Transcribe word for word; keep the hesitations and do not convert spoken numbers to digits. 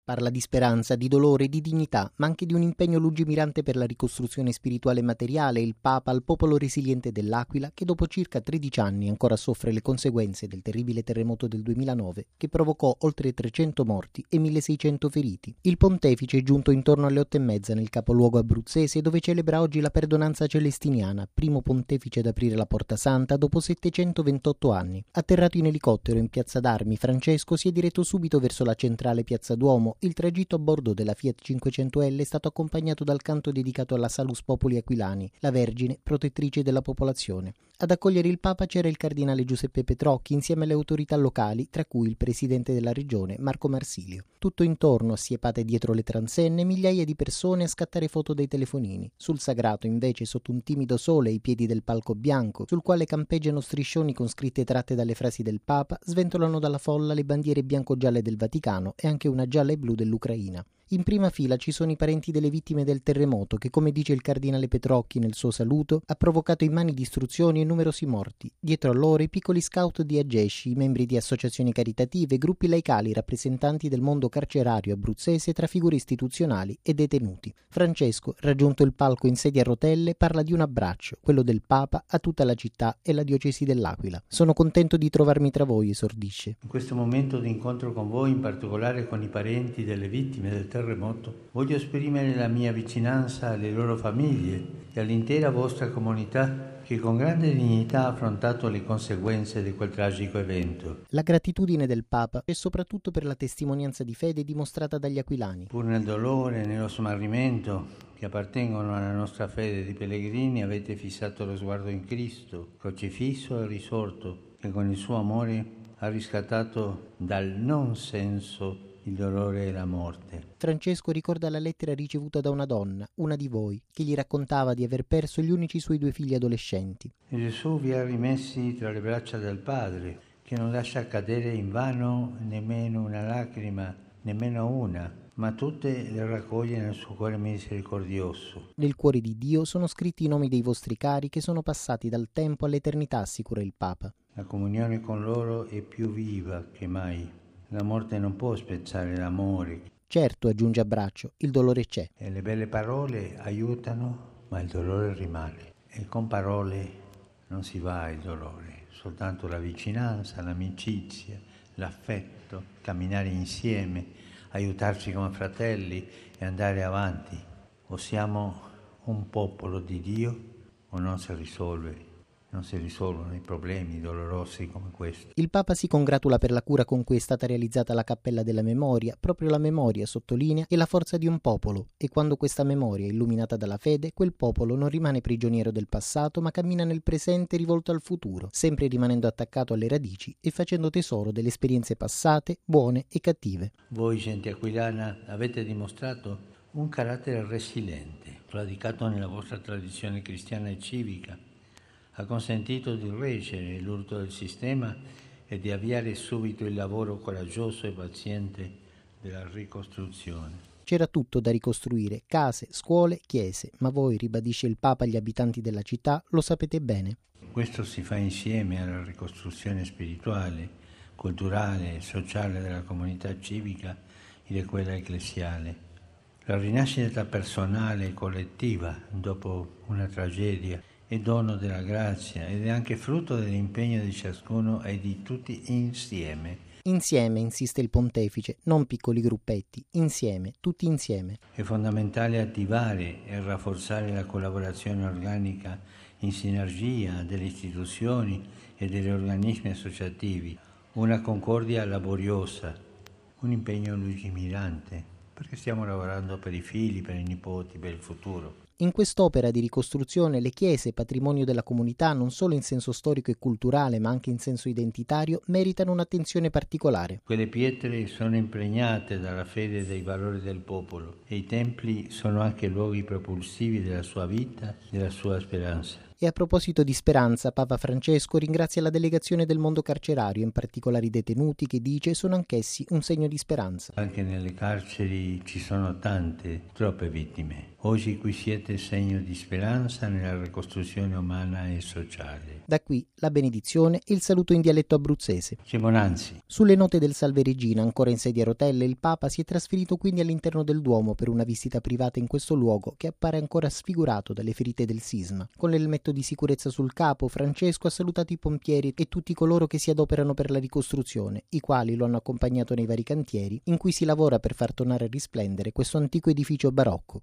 Parla di speranza, di dolore, di dignità, ma anche di un impegno lungimirante per la ricostruzione spirituale e materiale. Il Papa al popolo resiliente dell'Aquila, che dopo circa tredici anni ancora soffre le conseguenze del terribile terremoto del duemilanove, che provocò oltre trecento morti e milleseicento feriti. Il pontefice è giunto intorno alle otto e mezza nel capoluogo abruzzese, dove celebra oggi la perdonanza celestiniana, primo pontefice ad aprire la Porta Santa dopo settecentoventotto anni. Atterrato in elicottero in Piazza d'Armi, Francesco si è diretto subito verso la centrale Piazza Duomo. Il tragitto a bordo della Fiat cinquecento L è stato accompagnato dal canto dedicato alla Salus Populi Aquilani, la Vergine protettrice della popolazione. Ad accogliere il Papa c'era il cardinale Giuseppe Petrocchi insieme alle autorità locali, tra cui il presidente della regione Marco Marsilio. Tutto intorno, assiepate dietro le transenne, migliaia di persone a scattare foto dai telefonini. Sul sagrato, invece, sotto un timido sole ai piedi del palco bianco, sul quale campeggiano striscioni con scritte tratte dalle frasi del Papa, sventolano dalla folla le bandiere bianco-gialle del Vaticano e anche una gialla e blu dell'Ucraina. In prima fila ci sono i parenti delle vittime del terremoto che, come dice il cardinale Petrocchi nel suo saluto, ha provocato immani distruzioni e numerosi morti. Dietro a loro i piccoli scout di Agesci, i membri di associazioni caritative, gruppi laicali, rappresentanti del mondo carcerario abruzzese tra figure istituzionali e detenuti. Francesco, raggiunto il palco in sedia a rotelle, parla di un abbraccio, quello del Papa, a tutta la città e la diocesi dell'Aquila. Sono contento di trovarmi tra voi, esordisce. In questo momento di incontro con voi, in particolare con i parenti delle vittime del terremoto, terremoto, voglio esprimere la mia vicinanza alle loro famiglie e all'intera vostra comunità che con grande dignità ha affrontato le conseguenze di quel tragico evento. La gratitudine del Papa è soprattutto per la testimonianza di fede dimostrata dagli aquilani. Pur nel dolore e nello smarrimento che appartengono alla nostra fede di pellegrini, avete fissato lo sguardo in Cristo, crocifisso e risorto, che con il suo amore ha riscattato dal non senso il dolore e la morte. Francesco ricorda la lettera ricevuta da una donna, una di voi, che gli raccontava di aver perso gli unici suoi due figli adolescenti. E Gesù vi ha rimessi tra le braccia del Padre, che non lascia cadere in vano nemmeno una lacrima, nemmeno una, ma tutte le raccoglie nel suo cuore misericordioso. Nel cuore di Dio sono scritti i nomi dei vostri cari che sono passati dal tempo all'eternità, assicura il Papa. La comunione con loro è più viva che mai. La morte non può spezzare l'amore. Certo, aggiunge Abbraccio, il dolore c'è. E le belle parole aiutano, ma il dolore rimane. E con parole non si va al dolore, soltanto la vicinanza, l'amicizia, l'affetto, camminare insieme, aiutarci come fratelli e andare avanti. O siamo un popolo di Dio o non si risolve. Non si risolvono i problemi dolorosi come questo. Il Papa si congratula per la cura con cui è stata realizzata la Cappella della Memoria. Proprio la memoria, sottolinea, è la forza di un popolo, e quando questa memoria è illuminata dalla fede, quel popolo non rimane prigioniero del passato, ma cammina nel presente rivolto al futuro, sempre rimanendo attaccato alle radici e facendo tesoro delle esperienze passate, buone e cattive. Voi, gente aquilana, avete dimostrato un carattere resiliente, radicato nella vostra tradizione cristiana e civica. Ha consentito di reggere l'urto del sistema e di avviare subito il lavoro coraggioso e paziente della ricostruzione. C'era tutto da ricostruire, case, scuole, chiese, ma voi, ribadisce il Papa agli abitanti della città, lo sapete bene. Questo si fa insieme alla ricostruzione spirituale, culturale e sociale della comunità civica e di quella ecclesiale. La rinascita personale e collettiva dopo una tragedia è dono della grazia ed è anche frutto dell'impegno di ciascuno e di tutti insieme. Insieme, insiste il pontefice, non piccoli gruppetti, insieme, tutti insieme. È fondamentale attivare e rafforzare la collaborazione organica in sinergia delle istituzioni e degli organismi associativi, una concordia laboriosa, un impegno lungimirante, perché stiamo lavorando per i figli, per i nipoti, per il futuro. In quest'opera di ricostruzione le chiese, patrimonio della comunità non solo in senso storico e culturale ma anche in senso identitario, meritano un'attenzione particolare. Quelle pietre sono impregnate dalla fede e dai valori del popolo e i templi sono anche luoghi propulsivi della sua vita e della sua speranza. E a proposito di speranza, Papa Francesco ringrazia la delegazione del mondo carcerario, in particolare i detenuti, che dice sono anch'essi un segno di speranza. Anche nelle carceri ci sono tante, troppe vittime. Oggi qui siete segno di speranza nella ricostruzione umana e sociale. Da qui la benedizione e il saluto in dialetto abruzzese. Cimonanzi. Sulle note del Salve Regina, ancora in sedia a rotelle, il Papa si è trasferito quindi all'interno del Duomo per una visita privata in questo luogo che appare ancora sfigurato dalle ferite del sisma. Con l'elmetto di sicurezza sul capo, Francesco ha salutato i pompieri e tutti coloro che si adoperano per la ricostruzione, i quali lo hanno accompagnato nei vari cantieri in cui si lavora per far tornare a risplendere questo antico edificio barocco.